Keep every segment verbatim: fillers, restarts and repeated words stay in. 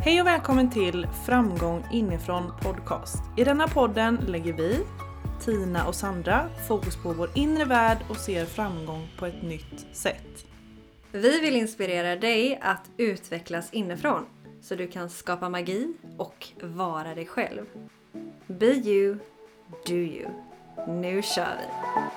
Hej och välkommen till Framgång inifrån podcast. I denna podden lägger vi, Tina och Sandra, fokus på vår inre värld och ser framgång på ett nytt sätt. Vi vill inspirera dig att utvecklas inifrån så du kan skapa magi och vara dig själv. Be you, do you. Nu kör vi!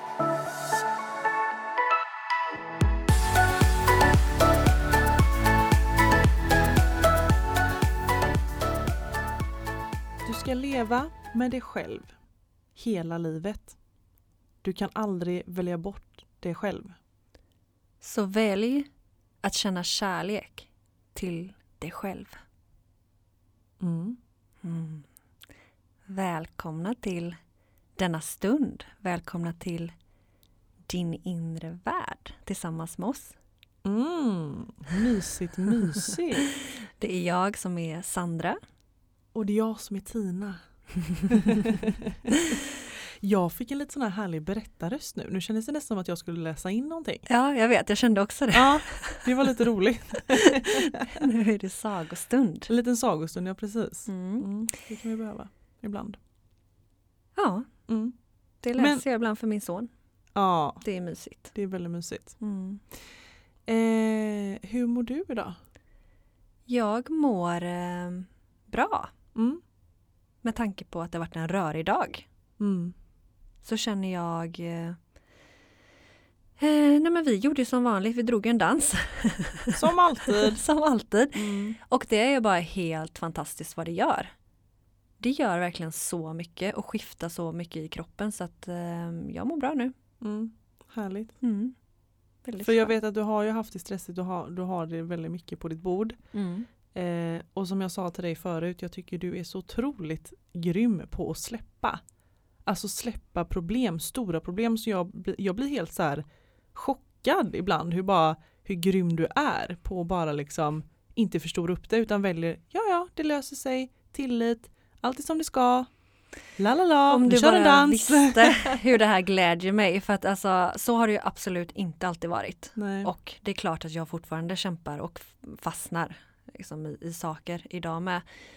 Du ska leva med dig själv hela livet. Du kan aldrig välja bort dig själv. Så välj att känna kärlek till dig själv. Mm. Mm. Välkomna till denna stund. Välkomna till din inre värld tillsammans med oss. Mm. Mysigt, mysigt. Det är jag som är Sandra. Och det är jag som är Tina. Jag fick en lite sån här härlig berättarröst nu. Nu kändes det nästan som att jag skulle läsa in någonting. Ja, jag vet. Jag kände också det. Ja, det var lite roligt. Nu är det sagostund. En liten sagostund, ja precis. Mm. Mm, det kan vi behöva ibland. Ja, Mm. det läser Men, jag ibland för min son. Ja, Det är mysigt. det är väldigt mysigt. Mm. Eh, hur mår du idag? Jag mår eh, bra. Mm. Med tanke på att det har varit en rörig dag. Mm. Så känner jag... Eh, eh, nej men vi gjorde ju som vanligt. Vi drog en dans. Som alltid. som alltid. Mm. Och det är ju bara helt fantastiskt vad det gör. Det gör verkligen så mycket. Och skiftar så mycket i kroppen. Så att eh, jag mår bra nu. Mm. Härligt. Mm. Väldigt För jag bra. vet att du har ju haft det stressigt. Du har, du har det väldigt mycket på ditt bord. Mm. Eh, och som jag sa till dig förut, jag tycker du är så otroligt grym på att släppa. Alltså släppa problem, stora problem. Så jag, bli- jag blir helt så här chockad ibland hur, bara, hur grym du är på att bara liksom inte förstora upp det utan väljer, ja ja, det löser sig, tillit, allt är som det ska. La la la, Om vi du kör en bara dans. visste hur det här glädjer mig. För att alltså, så har det ju absolut inte alltid varit. Nej. Och det är klart att jag fortfarande kämpar och fastnar liksom, i, i saker idag med.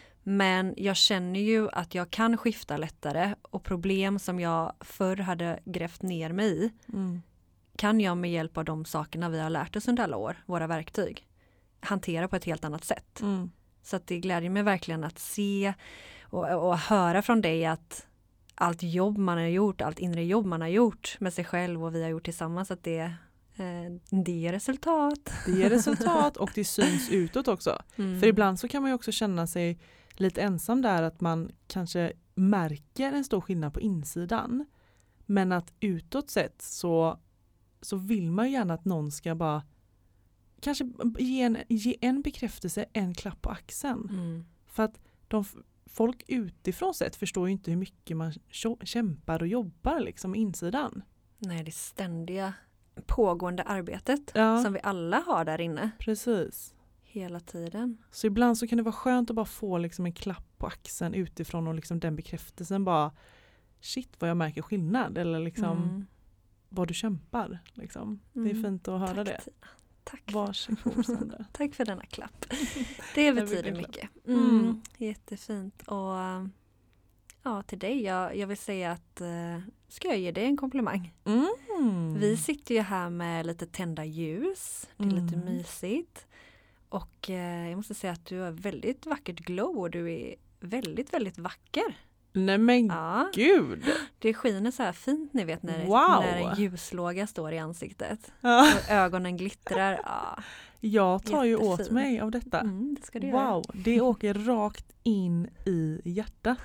Men jag känner ju att jag kan skifta lättare. Och problem som jag förr hade grävt ner mig i Mm. kan jag med hjälp av de sakerna vi har lärt oss under alla år, våra verktyg, hantera på ett helt annat sätt. Mm. Så att det glädjer mig verkligen att se och, och höra från dig att allt jobb man har gjort, allt inre jobb man har gjort med sig själv och vi har gjort tillsammans, att det, eh, det ger resultat. Det ger resultat och det syns utåt också. Mm. För ibland så kan man ju också känna sig lite ensam där att man kanske märker en stor skillnad på insidan. Men att utåt sett så, så vill man ju gärna att någon ska bara kanske ge en, ge en bekräftelse, en klapp på axeln. Mm. För att de, folk utifrån sett förstår ju inte hur mycket man kämpar och jobbar liksom i insidan. Nej, det ständiga pågående arbetet Ja. som vi alla har där inne Precis. hela tiden. Så ibland så kan det vara skönt att bara få liksom en klapp på axeln utifrån och liksom den bekräftelsen bara shit vad jag märker skillnad eller liksom Mm. vad du kämpar. Liksom. Det är Mm. fint att höra Tack, det. Tina. Tack. Varsågod Sandra. Tack för denna klapp. Det betyder vilken klapp. mycket. Mm. Mm. Jättefint. Och ja, till dig, jag, jag vill säga att uh, ska jag ge dig en komplimang? Mm. Vi sitter ju här med lite tända ljus. Det är Mm. lite mysigt. Och uh, jag måste säga att du har väldigt vackert glow och du är väldigt, väldigt vacker. Nej men Ja, gud. det skiner så här fint, ni vet, när, Wow. när en ljuslåga står i ansiktet. Ja. Och ögonen glittrar. Ja. Jag tar ju åt Jättefin. mig av detta. Mm, det ska du göra. Wow, det åker rakt in i hjärtat.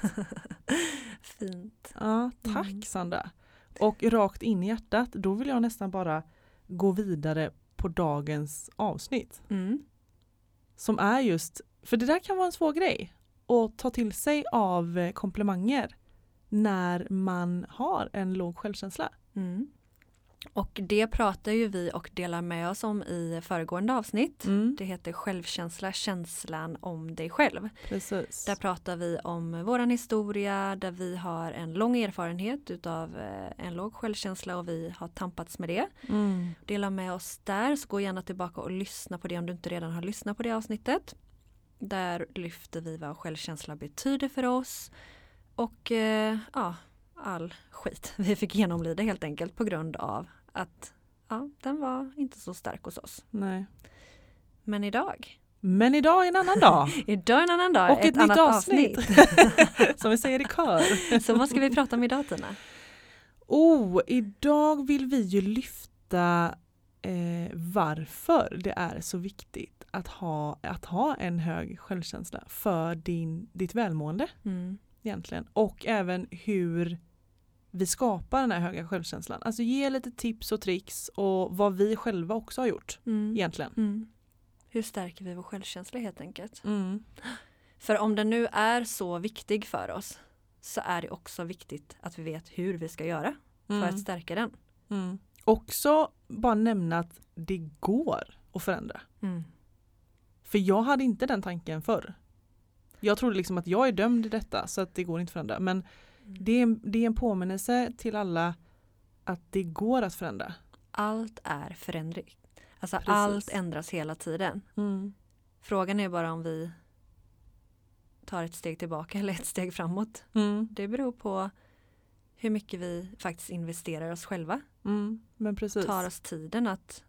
Fint. Ja, tack Mm. Sandra. Och rakt in i hjärtat, då vill jag nästan bara gå vidare på dagens avsnitt. Mm. Som är just, för det där kan vara en svår grej. Att ta till sig av komplimanger när man har en låg självkänsla. Mm. Och det pratar ju vi och delar med oss om i föregående avsnitt. Mm. Det heter självkänsla, känslan om dig själv. Precis. Där pratar vi om våran historia, där vi har en lång erfarenhet utav en låg självkänsla och vi har tampats med det. Mm. Dela med oss där, så gå gärna tillbaka och lyssna på det om du inte redan har lyssnat på det avsnittet. Där lyfter vi vad självkänsla betyder för oss. Och eh, ja, all skit vi fick genomlida helt enkelt på grund av att ja, den var inte så stark hos oss. Nej. Men idag. Men idag är en annan dag. Idag är en annan dag. Och ett, ett annat nytt avsnitt. avsnitt. Som vi säger i kör. Så vad ska vi prata om idag, Tina? Oh, idag vill vi ju lyfta eh, varför det är så viktigt att ha, att ha en hög självkänsla för din, ditt välmående Mm. egentligen. Och även hur vi skapar den här höga självkänslan. Alltså ge lite tips och tricks och vad vi själva också har gjort Mm. egentligen. Mm. Hur stärker vi vår självkänsla helt enkelt? Mm. För om den nu är så viktig för oss så är det också viktigt att vi vet hur vi ska göra för Mm. att stärka den. Mm. Också bara nämna att det går att förändra. Mm. För jag hade inte den tanken förr. Jag trodde liksom att jag är dömd i detta så att det går inte att förändra. Men Mm. det är, det är en påminnelse till alla att det går att förändra. Allt är förändring. Alltså Precis. allt ändras hela tiden. Mm. Frågan är bara om vi tar ett steg tillbaka eller ett steg framåt. Mm. Det beror på hur mycket vi faktiskt investerar oss själva. Mm. Men precis. Tar oss tiden att,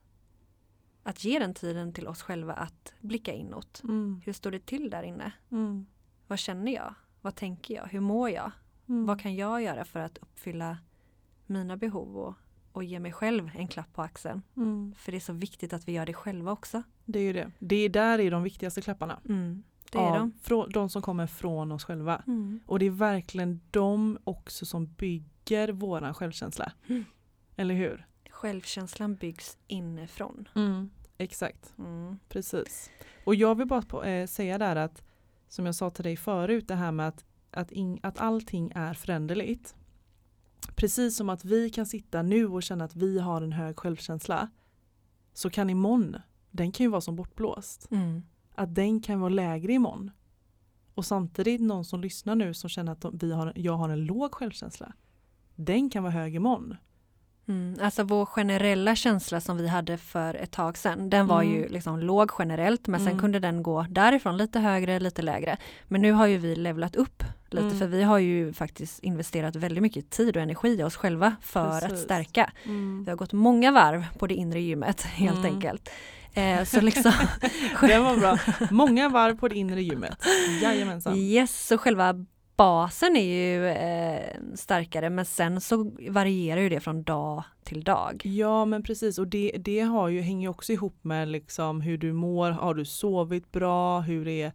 att ge den tiden till oss själva att blicka inåt. Mm. Hur står det till där inne? Mm. Vad känner jag? Vad tänker jag? Hur mår jag? Mm. Vad kan jag göra för att uppfylla mina behov och, och ge mig själv en klapp på axeln? Mm. För det är så viktigt att vi gör det själva också. Det är ju det. Det är där är de viktigaste klapparna. Mm, det är Ja, de. frå- de som kommer från oss själva. Mm. Och det är verkligen de också som bygger våran självkänsla. Mm. Eller hur? Självkänslan byggs inifrån. Mm. Exakt. Mm. Precis. Och jag vill bara på, eh, säga där att, som jag sa till dig förut, det här med att, att, in, att allting är föränderligt. Precis som att vi kan sitta nu och känna att vi har en hög självkänsla, så kan imorgon, den kan ju vara som bortblåst. Mm. Att den kan vara lägre imorgon. Och samtidigt någon som lyssnar nu som känner att de, vi har, jag har en låg självkänsla, den kan vara hög imorgon. Mm. Alltså vår generella känsla som vi hade för ett tag sedan, den var Mm. ju liksom låg generellt, men sen Mm. kunde den gå därifrån lite högre, lite lägre. Men nu har ju vi levlat upp lite, Mm. för vi har ju faktiskt investerat väldigt mycket tid och energi i oss själva för Precis. att stärka. Mm. Vi har gått många varv på det inre gymmet helt Mm. enkelt. Eh, så liksom Det var bra. Många varv på det inre gymmet. Jajamensan. yes, så själva basen är ju eh, starkare, men sen så varierar ju det från dag till dag. Ja, men precis. Och det, det har ju, hänger ju också ihop med liksom hur du mår. Har du sovit bra? Hur är,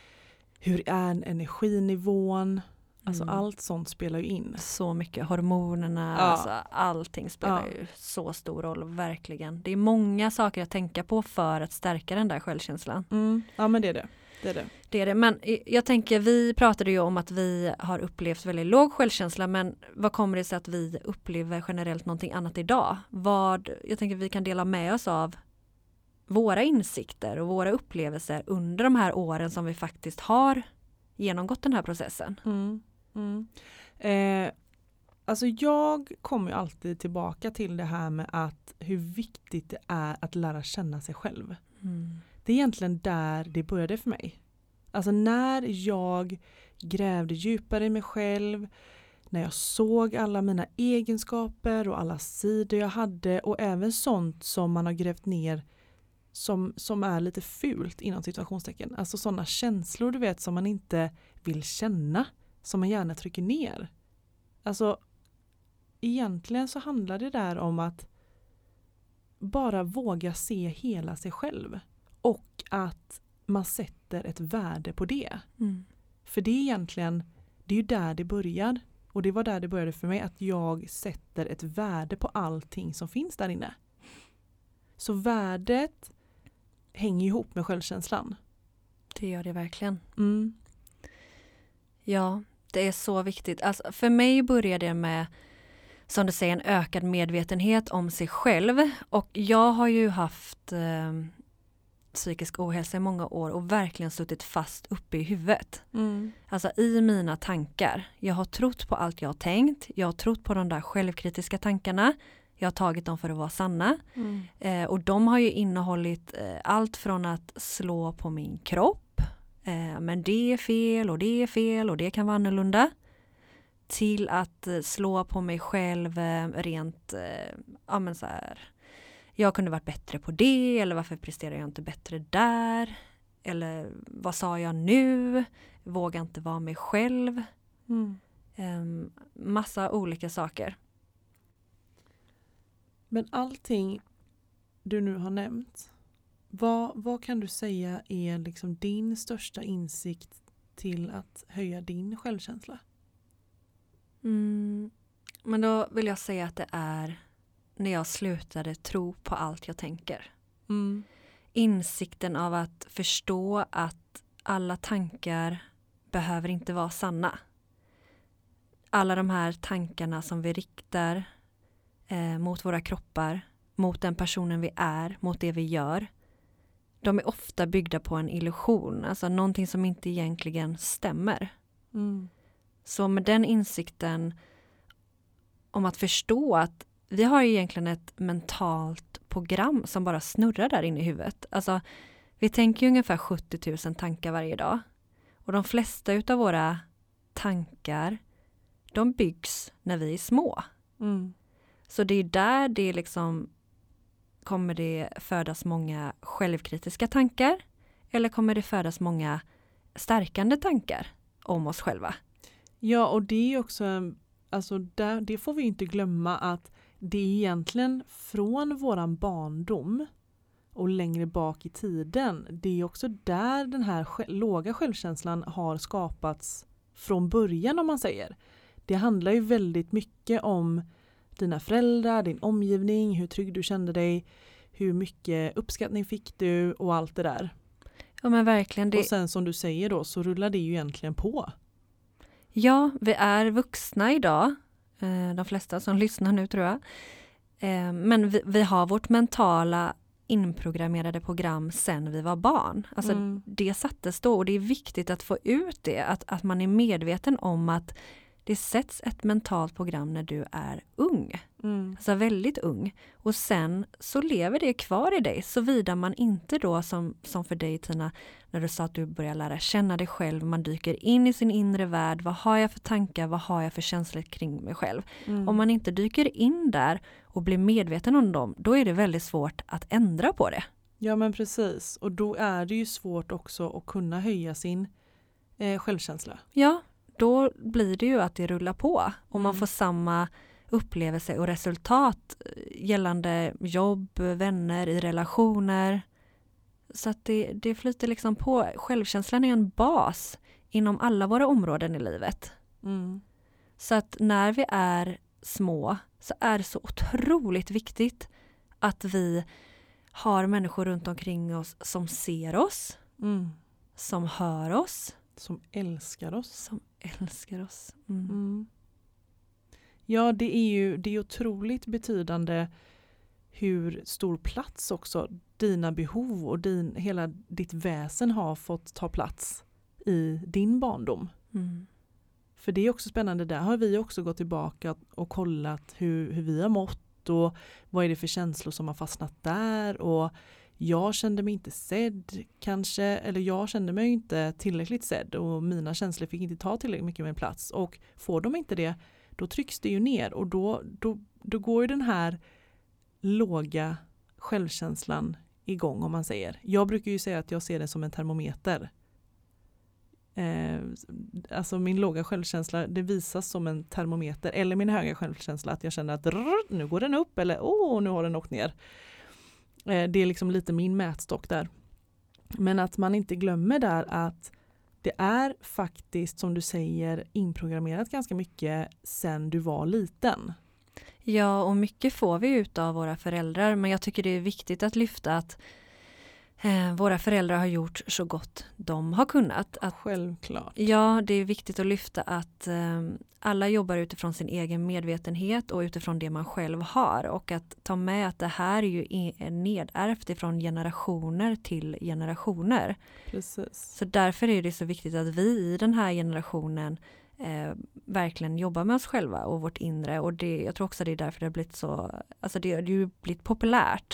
hur är energinivån? Alltså Mm. allt sånt spelar ju in. Så mycket, hormonerna, Ja. alltså allting spelar Ja. ju så stor roll, verkligen. Det är många saker att tänka på för att stärka den där självkänslan. Mm. Ja, men det är det. Det är det. Det är det, men jag tänker, vi pratade ju om att vi har upplevt väldigt låg självkänsla, men vad kommer det sig att vi upplever generellt någonting annat idag? Vad, jag tänker vi kan dela med oss av våra insikter och våra upplevelser under de här åren som vi faktiskt har genomgått den här processen. Mm. Mm. Eh, alltså jag kommer ju alltid tillbaka till det här med att hur viktigt det är att lära känna sig själv. Mm. Det är egentligen där det började för mig. Alltså när jag grävde djupare i mig själv, när jag såg alla mina egenskaper och alla sidor jag hade, och även sånt som man har grävt ner som, som är lite fult inom situationstecken. Alltså sådana känslor du vet som man inte vill känna, som man gärna trycker ner. Alltså egentligen så handlar det där om att bara våga se hela sig själv. Och att man sätter ett värde på det. Mm. För det är egentligen, det är ju där det började. Och det var där det började för mig, att jag sätter ett värde på allting som finns där inne. Så värdet hänger ihop med självkänslan. Det gör det verkligen. Mm. Ja, det är så viktigt. Alltså, för mig började det med, som du säger, en ökad medvetenhet om sig själv. Och jag har ju haft eh, psykisk ohälsa i många år och verkligen suttit fast uppe i huvudet. Mm. Alltså i mina tankar. Jag har trott på allt jag har tänkt. Jag har trott på de där självkritiska tankarna. Jag har tagit dem för att vara sanna. Mm. Eh, och de har ju innehållit eh, allt från att slå på min kropp. Eh, men det är fel och det är fel och det kan vara annorlunda. Till att eh, slå på mig själv eh, rent, eh, ja men så här, jag kunde varit bättre på det, eller varför presterar jag inte bättre där? Eller vad sa jag nu? Vågar inte vara mig själv. Mm. Eh, massa olika saker. Men allting du nu har nämnt, vad, vad kan du säga är liksom din största insikt till att höja din självkänsla? Mm, men då vill jag säga att det är när jag slutade tro på allt jag tänker. Mm. Insikten av att förstå att alla tankar behöver inte vara sanna. Alla de här tankarna som vi riktar eh, mot våra kroppar, mot den personen vi är, mot det vi gör. De är ofta byggda på en illusion, alltså någonting som inte egentligen stämmer. Mm. Så med den insikten om att förstå att vi har egentligen ett mentalt program som bara snurrar där inne i huvudet. Alltså, vi tänker ju ungefär sjuttio tusen tankar varje dag. Och de flesta utav våra tankar, de byggs när vi är små. Mm. Så det är där det liksom kommer det födas många självkritiska tankar, eller kommer det födas många stärkande tankar om oss själva? Ja, och det är också, alltså där, det får vi inte glömma att det är egentligen från våran barndom och längre bak i tiden, det är också där den här sj- låga självkänslan har skapats från början, om man säger. Det handlar ju väldigt mycket om dina föräldrar, din omgivning, hur trygg du kände dig, hur mycket uppskattning fick du och allt det där. Ja, men verkligen. Det... Och sen som du säger då, så rullar det ju egentligen på. Ja, vi är vuxna idag. De flesta som lyssnar nu, tror jag. Men vi, vi har vårt mentala inprogrammerade program sen vi var barn. Alltså Mm. det sattes då, och det är viktigt att få ut det. Att, att man är medveten om att det sätts ett mentalt program när du är ung. Mm. Alltså väldigt ung. Och sen så lever det kvar i dig. Såvida man inte då, som, som för dig Tina, när du sa att du börjar lära känna dig själv. Man dyker in i sin inre värld. Vad har jag för tankar? Vad har jag för känslor kring mig själv? Mm. Om man inte dyker in där och blir medveten om dem, då är det väldigt svårt att ändra på det. Ja, men precis. Och då är det ju svårt också att kunna höja sin eh, självkänsla. Ja, då blir det ju att det rullar på. Och man Mm. får samma upplevelse och resultat gällande jobb, vänner, i relationer. Så att det, det flyter liksom på. Självkänslan är en bas inom alla våra områden i livet. Mm. Så att när vi är små så är det så otroligt viktigt att vi har människor runt omkring oss som ser oss, Mm. som hör oss, Som älskar oss. som älskar oss. Mm. Mm. Ja, det är ju det är otroligt betydande hur stor plats också dina behov och din, hela ditt väsen har fått ta plats i din barndom. Mm. För det är också spännande, där har vi också gått tillbaka och kollat hur, hur vi har mått och vad är det för känslor som har fastnat där, och jag kände mig inte sedd kanske, eller jag kände mig inte tillräckligt sedd och mina känslor fick inte ta tillräckligt mycket med plats, och får de inte det, då trycks det ju ner, och då, då, då går ju den här låga självkänslan igång, om man säger. Jag brukar ju säga att jag ser det som en termometer. Eh, alltså min låga självkänsla, det visas som en termometer, eller min höga självkänsla, att jag känner att rrr, nu går den upp, eller åh, nu har den åkt ner. Eh, det är liksom lite min mätstock där. Men att man inte glömmer där att det är faktiskt, som du säger, inprogrammerat ganska mycket sen du var liten. Ja, och mycket får vi ut av våra föräldrar, men jag tycker det är viktigt att lyfta att eh, våra föräldrar har gjort så gott de har kunnat. Att, Självklart. ja, det är viktigt att lyfta att eh, alla jobbar utifrån sin egen medvetenhet och utifrån det man själv har, och att ta med att det här är ju är nedärvt ifrån generationer till generationer. Precis. Så därför är det så viktigt att vi i den här generationen Eh, verkligen jobba med oss själva och vårt inre, och det, jag tror också det är därför det har blivit så, alltså det, det har ju blivit populärt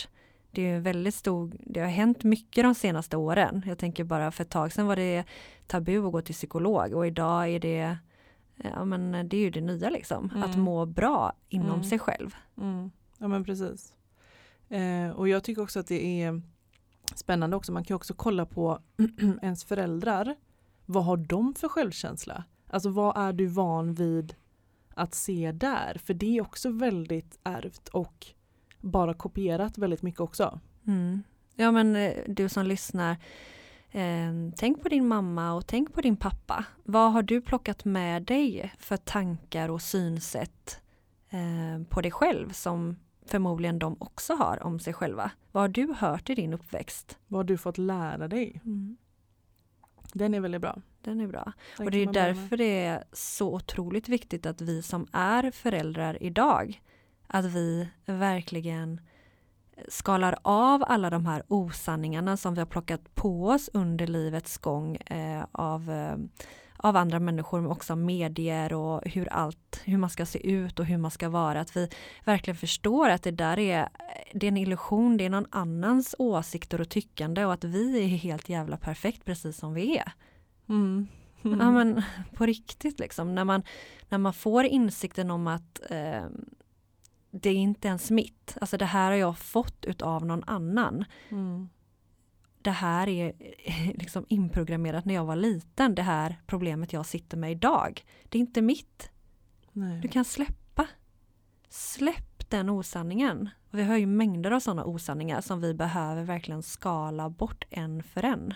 Det är ju väldigt stor, det har hänt mycket de senaste åren. Jag tänker bara för ett tag sedan var det tabu att gå till psykolog och idag är det, ja men det är ju det nya liksom. Mm. Att må bra inom mm. sig själv. Mm. Ja men precis. Eh, och jag tycker också att det är spännande också. Man kan också kolla på ens föräldrar. Vad har de för självkänsla? Alltså vad är du van vid att se där? För det är också väldigt ärvt och bara kopierat väldigt mycket också. Mm. Ja men du som lyssnar, eh, tänk på din mamma och tänk på din pappa. Vad har du plockat med dig för tankar och synsätt eh, på dig själv som förmodligen de också har om sig själva? Vad har du hört i din uppväxt? Vad har du fått lära dig? Mm. Den är väldigt bra. Den är bra. Den och det är därför det är så otroligt viktigt att vi som är föräldrar idag, att vi verkligen skalar av alla de här osanningarna som vi har plockat på oss under livets gång eh, av, eh, av andra människor, men också medier och hur allt, hur man ska se ut och hur man ska vara. Att vi verkligen förstår att det där är, det är en illusion, det är någon annans åsikter och tyckande och att vi är helt jävla perfekt precis som vi är. Mm. Mm. Ja men på riktigt liksom, när man, när man får insikten om att eh, det är inte ens mitt. Alltså det här har jag fått utav någon annan. Mm. Det här är liksom inprogrammerat när jag var liten. Det här problemet jag sitter med idag. Det är inte mitt. Nej. Du kan släppa. Släpp den osanningen. Och vi har ju mängder av sådana osanningar som vi behöver verkligen skala bort en för en.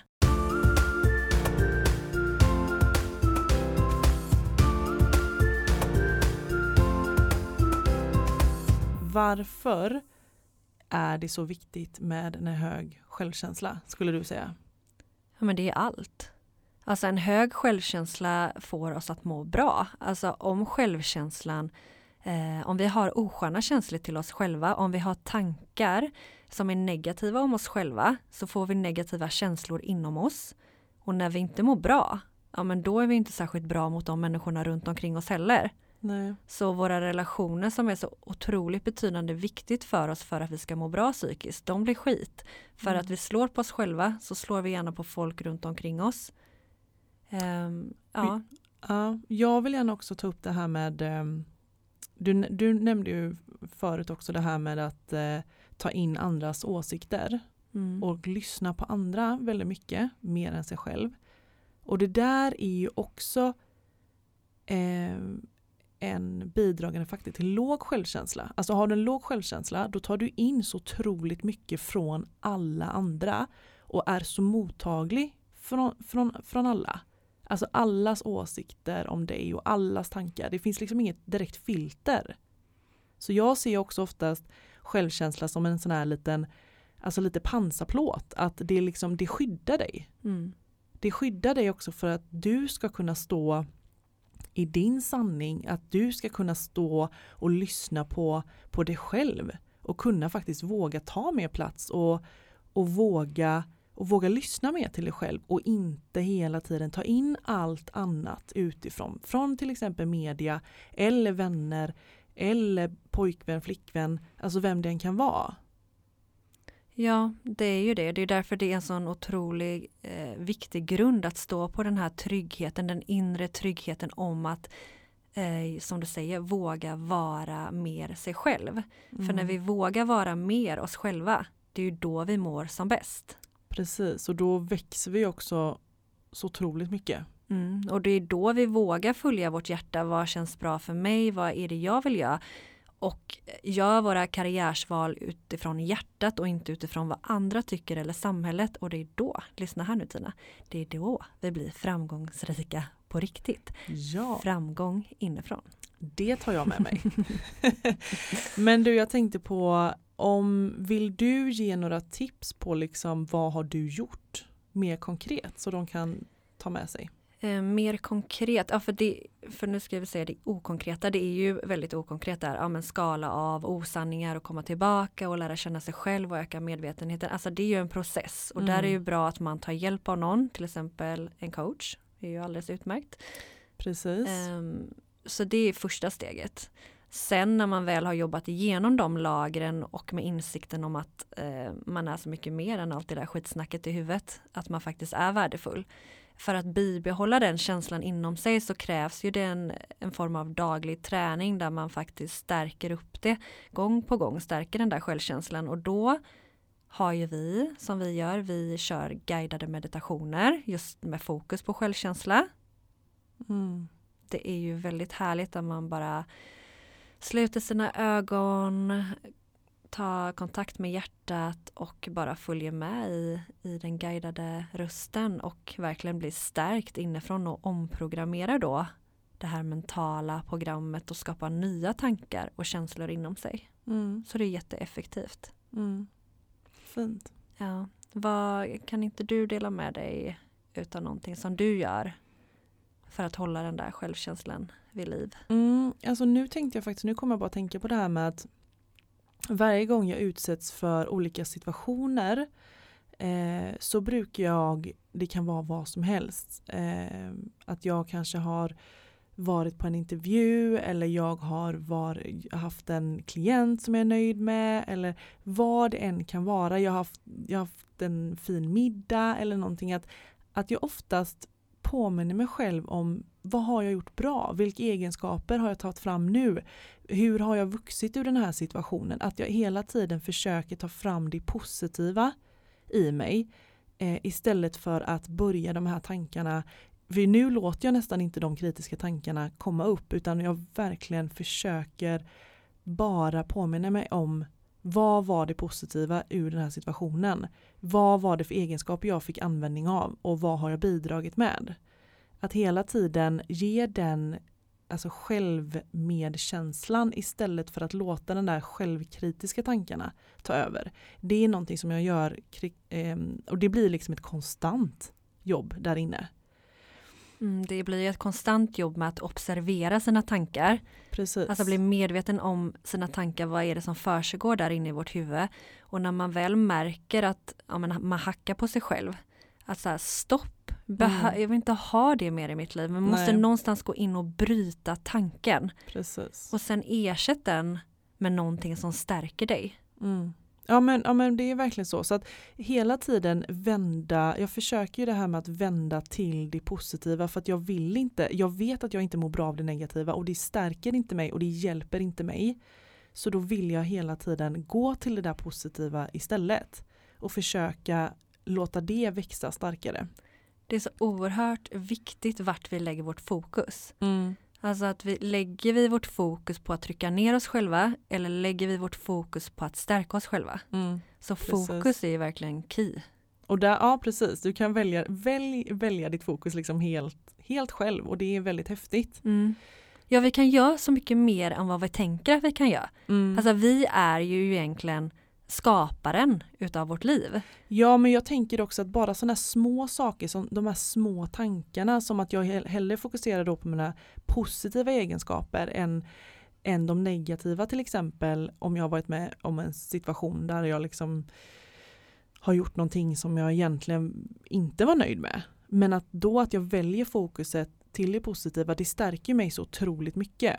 Varför är det så viktigt med en hög självkänsla, skulle du säga? Ja, men det är allt. Alltså en hög självkänsla får oss att må bra. Alltså om självkänslan, eh, om vi har osköna känslor till oss själva, om vi har tankar som är negativa om oss själva, så får vi negativa känslor inom oss. Och när vi inte mår bra, ja men då är vi inte särskilt bra mot de människorna runt omkring oss heller. Nej. Så våra relationer som är så otroligt betydande viktigt för oss för att vi ska må bra psykiskt, de blir skit. För mm. att vi slår på oss själva så slår vi gärna på folk runt omkring oss. Um, ja. ja. Jag vill gärna också ta upp det här med, um, du, du nämnde ju förut också det här med att uh, ta in andras åsikter mm. och lyssna på andra väldigt mycket, mer än sig själv. Och det där är ju också eh, en bidragande faktor till låg självkänsla. Alltså har du en låg självkänsla, då tar du in så otroligt mycket från alla andra och är så mottaglig från, från, från alla. Alltså allas åsikter om dig och allas tankar. Det finns liksom inget direkt filter. Så jag ser också oftast självkänsla som en sån här liten, alltså lite pansarplåt. Att det, liksom, det skyddar dig. Mm. Det skyddar dig också för att du ska kunna stå i din sanning, att du ska kunna stå och lyssna på, på dig själv och kunna faktiskt våga ta mer plats och, och, våga, och våga lyssna mer till dig själv och inte hela tiden ta in allt annat utifrån, från till exempel media eller vänner eller pojkvän, flickvän, alltså vem det än kan vara. Ja, det är ju det. Det är därför det är en sån otrolig eh, viktig grund att stå på den här tryggheten, den inre tryggheten om att, eh, som du säger, våga vara mer sig själv. Mm. För när vi vågar vara mer oss själva, det är ju då vi mår som bäst. Precis, och då växer vi också så otroligt mycket. Mm. Och det är då vi vågar följa vårt hjärta. Vad känns bra för mig? Vad är det jag vill göra? Och gör våra karriärsval utifrån hjärtat och inte utifrån vad andra tycker eller samhället. Och det är då, lyssna här nu Tina, det är då vi blir framgångsrika på riktigt. Ja. Framgång inifrån. Det tar jag med mig. Men du, jag tänkte på, om vill du ge några tips på liksom, vad har du gjort mer konkret så de kan ta med sig? Eh, mer konkret, ja för, det, för nu ska vi säga det okonkreta, det är ju väldigt okonkret där, ja men skala av osanningar och komma tillbaka och lära känna sig själv och öka medvetenheten, alltså det är ju en process och mm. där är ju bra att man tar hjälp av någon, till exempel en coach, det är ju alldeles utmärkt. Precis. Eh, så det är första steget. Sen när man väl har jobbat igenom de lagren och med insikten om att eh, man är så mycket mer än allt det där skitsnacket i huvudet, att man faktiskt är värdefull. För att bibehålla den känslan inom sig så krävs ju det en, en form av daglig träning där man faktiskt stärker upp det gång på gång, stärker den där självkänslan, och då har ju vi, som vi gör, vi kör guidade meditationer just med fokus på självkänsla. Mm. Det är ju väldigt härligt att man bara sluter sina ögon, tar kontakt med hjärtat och bara följer med i, i den guidade rösten och verkligen blir stärkt inifrån och omprogrammerar då det här mentala programmet och skapar nya tankar och känslor inom sig. Mm. Så det är jätteeffektivt. Mm. Fint. Ja. Vad, kan inte du dela med dig utav någonting som du gör för att hålla den där självkänslan vid liv? Mm, alltså nu tänkte jag faktiskt, nu kommer jag bara tänka på det här med att varje gång jag utsätts för olika situationer eh, så brukar jag, det kan vara vad som helst, eh, att jag kanske har varit på en intervju eller jag har var, haft en klient som jag är nöjd med eller vad det än kan vara. Jag har haft, jag har haft en fin middag eller någonting. Att, att jag oftast påminner mig själv om vad har jag gjort bra? Vilka egenskaper har jag tagit fram nu? Hur har jag vuxit ur den här situationen? Att jag hela tiden försöker ta fram det positiva i mig eh, istället för att börja de här tankarna. För nu låter jag nästan inte de kritiska tankarna komma upp utan jag verkligen försöker bara påminna mig om vad var det positiva ur den här situationen? Vad var det för egenskaper jag fick användning av och vad har jag bidragit med? Att hela tiden ge den alltså självmedkänslan istället för att låta den där självkritiska tankarna ta över. Det är någonting som jag gör och det blir liksom ett konstant jobb där inne. Mm, det blir ett konstant jobb med att observera sina tankar. Precis. Alltså bli medveten om sina tankar, vad är det som försiggår där inne i vårt huvud. Och när man väl märker att ja, man, man hackar på sig själv. Att så här, stopp, Behö- mm. jag vill inte ha det mer i mitt liv. Man måste Nej. någonstans gå in och bryta tanken. Precis. Och sen ersätta den med någonting som stärker dig. Mm. Ja men, ja men det är verkligen så. Så att hela tiden vända, jag försöker ju det här med att vända till det positiva för att jag vill inte, jag vet att jag inte mår bra av det negativa och det stärker inte mig och det hjälper inte mig. Så då vill jag hela tiden gå till det där positiva istället och försöka låta det växa starkare. Det är så oerhört viktigt vart vi lägger vårt fokus. Mm. Alltså att vi lägger vi vårt fokus på att trycka ner oss själva eller lägger vi vårt fokus på att stärka oss själva. Mm, så precis. Fokus är ju verkligen key. Och där, ja precis, du kan välja, välj, välja ditt fokus liksom helt, helt själv och det är väldigt häftigt. Mm. Ja, vi kan göra så mycket mer än vad vi tänker att vi kan göra. Mm. Alltså vi är ju egentligen skaparen utav vårt liv. Ja, men jag tänker också att bara sådana små saker som de här små tankarna som att jag hellre fokuserar då på mina positiva egenskaper än, än de negativa, till exempel om jag har varit med om en situation där jag liksom har gjort någonting som jag egentligen inte var nöjd med. Men att då att jag väljer fokuset till det positiva, det stärker mig så otroligt mycket.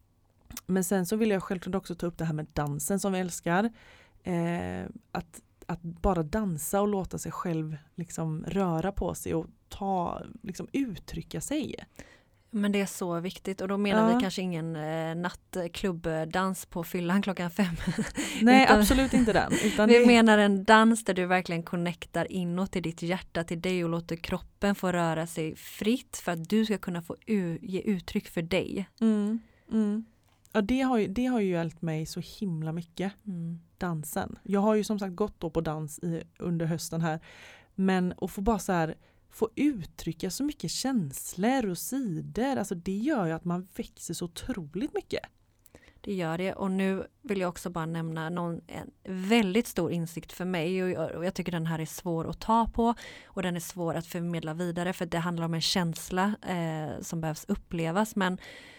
Men sen så vill jag självklart också ta upp det här med dansen som vi älskar. Eh, att, att bara dansa och låta sig själv liksom röra på sig och ta, liksom uttrycka sig. Men det är så viktigt och då menar ja. vi kanske ingen eh, nattklubbdans på fyllan klockan fem. Nej, utan, absolut inte den. Utan vi det... menar en dans där du verkligen connectar inåt till ditt hjärta, till dig och låter kroppen få röra sig fritt för att du ska kunna få u- ge uttryck för dig. Mm, mm. Ja, det har ju, det har ju hjälpt mig så himla mycket. Mm. Dansen. Jag har ju som sagt gått då på dans i, under hösten här. Men att få bara så här få uttrycka så mycket känslor och sidor. Alltså det gör ju att man växer så otroligt mycket. Det gör det och nu vill jag också bara nämna någon, en väldigt stor insikt för mig och jag, och jag tycker den här är svår att ta på och den är svår att förmedla vidare för det handlar om en känsla eh, som behövs upplevas men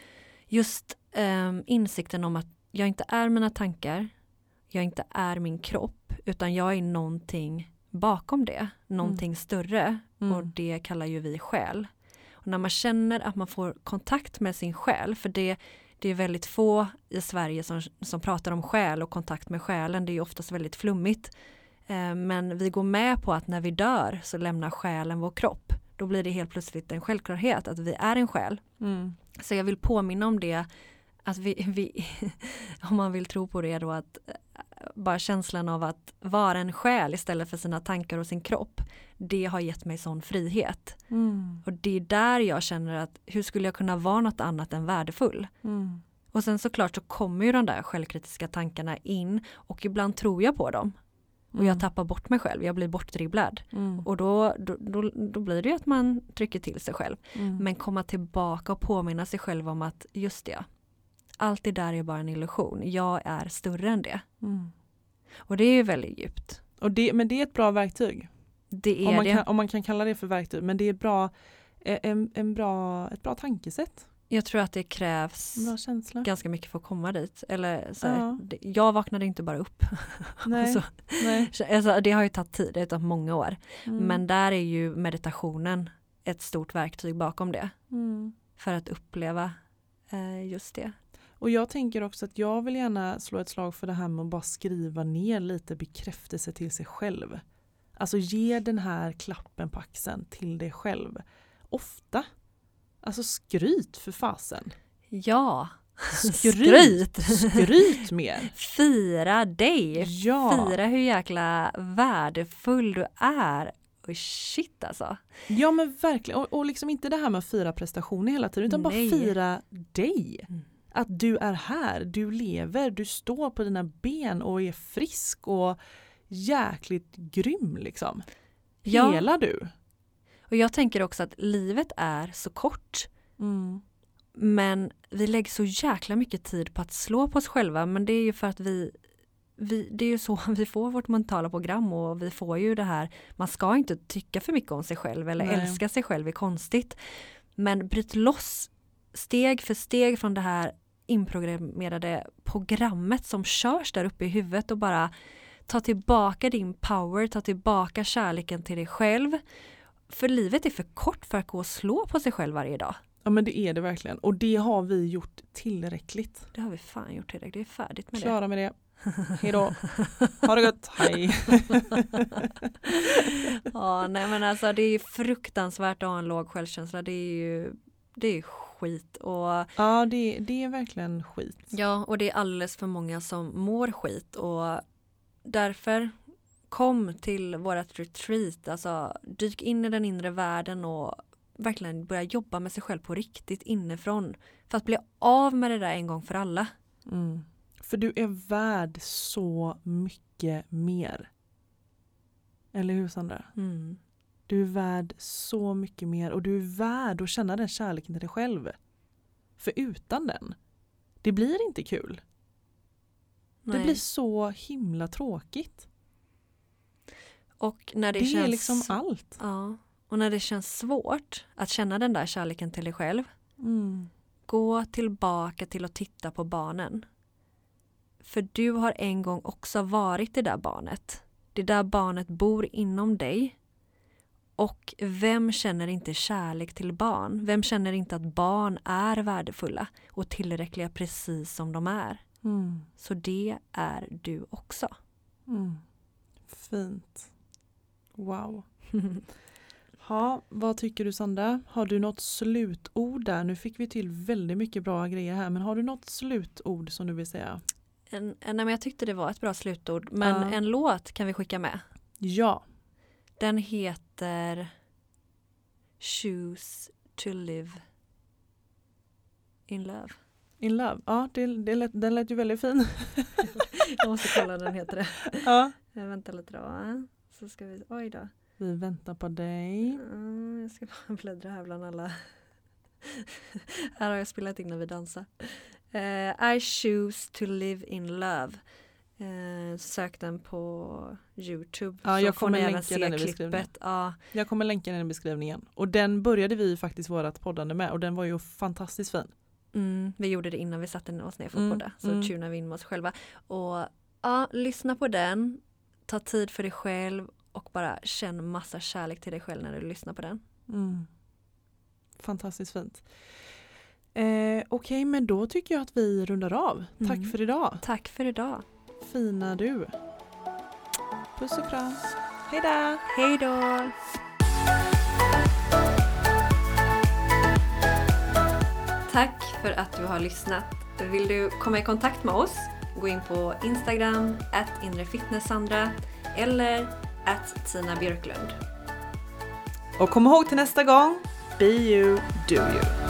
just eh, insikten om att jag inte är mina tankar, jag inte är min kropp utan jag är någonting bakom det, någonting mm. större mm. och det kallar ju vi själ. Och när man känner att man får kontakt med sin själ, för det, Det är väldigt få i Sverige som, som pratar om själ och kontakt med själen. Det är ju oftast väldigt flummigt. Eh, men vi går med på att när vi dör så lämnar själen vår kropp. Då blir det helt plötsligt en självklarhet att vi är en själ. Mm. Så jag vill påminna om det. Att vi, vi om man vill tro på det då, att bara känslan av att vara en själ istället för sina tankar och sin kropp, det har gett mig sån frihet. Mm. Och det är där jag känner att hur skulle jag kunna vara något annat än värdefull? Mm. Och sen såklart så kommer ju de där självkritiska tankarna in och ibland tror jag på dem. Och Mm. jag tappar bort mig själv, jag blir bortdribblad. Mm. Och då, då, då, då blir det ju att man trycker till sig själv. Mm. Men komma tillbaka och påminna sig själv om att just det, allt det där är bara en illusion. Jag är större än det. Mm. Och det är ju väldigt djupt. Och det, men det är ett bra verktyg. Det är Om man, det. kan, om man kan kalla det för verktyg. Men det är bra, en, en bra, ett bra tankesätt. Jag tror att det krävs En bra känsla. ganska mycket för att komma dit. Eller så här, Ja. det, jag vaknade inte bara upp. Nej. Så, Nej. alltså, det har ju tagit tid, det har tagit många år. Mm. Men där är ju meditationen ett stort verktyg bakom det. Mm. För att uppleva eh, just det. Och jag tänker också att jag vill gärna slå ett slag för det här med att bara skriva ner lite bekräftelse till sig själv. Alltså ge den här klappen på axeln till dig själv. Ofta. Alltså skryt för fasen. Ja, Skryt. Skryt mer. Fira dig. Ja. Fira hur jäkla värdefull du är. Och shit alltså. Ja men verkligen. Och, och liksom inte det här med att fira prestationer hela tiden. Utan Nej. bara fira dig. Mm. Att du är här. Du lever. Du står på dina ben och är frisk och jäkligt grym liksom. Ja. Hela du. Och jag tänker också att livet är så kort. Mm. Men vi lägger så jäkla mycket tid på att slå på oss själva. Men det är ju för att vi, vi det är ju så vi får vårt mentala program. Och vi får ju det här, man ska inte tycka för mycket om sig själv. Eller Nej. älska sig själv är konstigt. Men bryt loss steg för steg från det här inprogrammerade programmet som körs där uppe i huvudet. Och bara ta tillbaka din power, ta tillbaka kärleken till dig själv. För livet är för kort för att gå och slå på sig själv varje dag. Ja men det är det verkligen. Och det har vi gjort tillräckligt. Det har vi fan gjort tillräckligt. Det är färdigt med Klara med det. Hej då. Ha det gott. Hej. Ja, nej men alltså det är fruktansvärt att ha en låg självkänsla. Det är ju det är skit. Och, Ja det, det är verkligen skit. ja, och det är alldeles för många som mår skit. Och därför kom till vårat retreat. Alltså dyk in i den inre världen och verkligen börja jobba med sig själv på riktigt inifrån. För att bli av med det där en gång för alla. Mm. För du är värd så mycket mer. Eller hur Sandra? Mm. Du är värd så mycket mer. Och du är värd att känna den kärleken till dig själv. För utan den, det blir inte kul. Nej. Det blir så himla tråkigt. Och när det, Det, känns, är liksom allt. ja, och när det känns svårt att känna den där kärleken till dig själv. Mm. Gå tillbaka till att titta på barnen. För du har en gång också varit det där barnet. Det där barnet bor inom dig. Och vem känner inte kärlek till barn? Vem känner inte att barn är värdefulla och tillräckliga precis som de är? Mm. Så det är du också. Mm. Fint. Wow. Ja, vad tycker du Sandra? Har du något slutord där? Nu fick vi till väldigt mycket bra grejer här. Men har du något slutord som du vill säga? En, en, nej, men jag tyckte det var ett bra slutord. Men Ja. en låt kan vi skicka med. Ja. Den heter Choose to live in love. In love. Ja, det, det lät, den lät ju väldigt fin. Jag måste kolla den heter det. Ja. Jag väntar lite då. Så ska vi, oj då. Vi väntar på dig. Mm, jag ska bara bläddra här bland alla. Här har jag spelat in när vi dansar. Uh, I choose to live in love. Uh, sök den på YouTube. Ja, så jag får kommer ni även länka se den i beskrivningen. klippet. Ja, Jag kommer länka den i beskrivningen. Och den började vi faktiskt vårat poddande med. Och den var ju fantastiskt fin. mm, vi gjorde det innan vi satte oss ner för Mm, podda. Så mm. tunar vi in med oss själva. Och ja, lyssna på den. Ta tid för dig själv. Och bara känn massa kärlek till dig själv när du lyssnar på den. Mm. Fantastiskt fint. Eh, Okej, okay, men då tycker jag att vi rundar av. Tack Mm. för idag. Tack för idag. Fina du. Puss och kram. Hej då! Hej då! Tack för att du har lyssnat. Vill du komma i kontakt med oss? Gå in på Instagram at inrefitnesssandra eller at Tina Björklund. Och kom ihåg till nästa gång, be you, do you.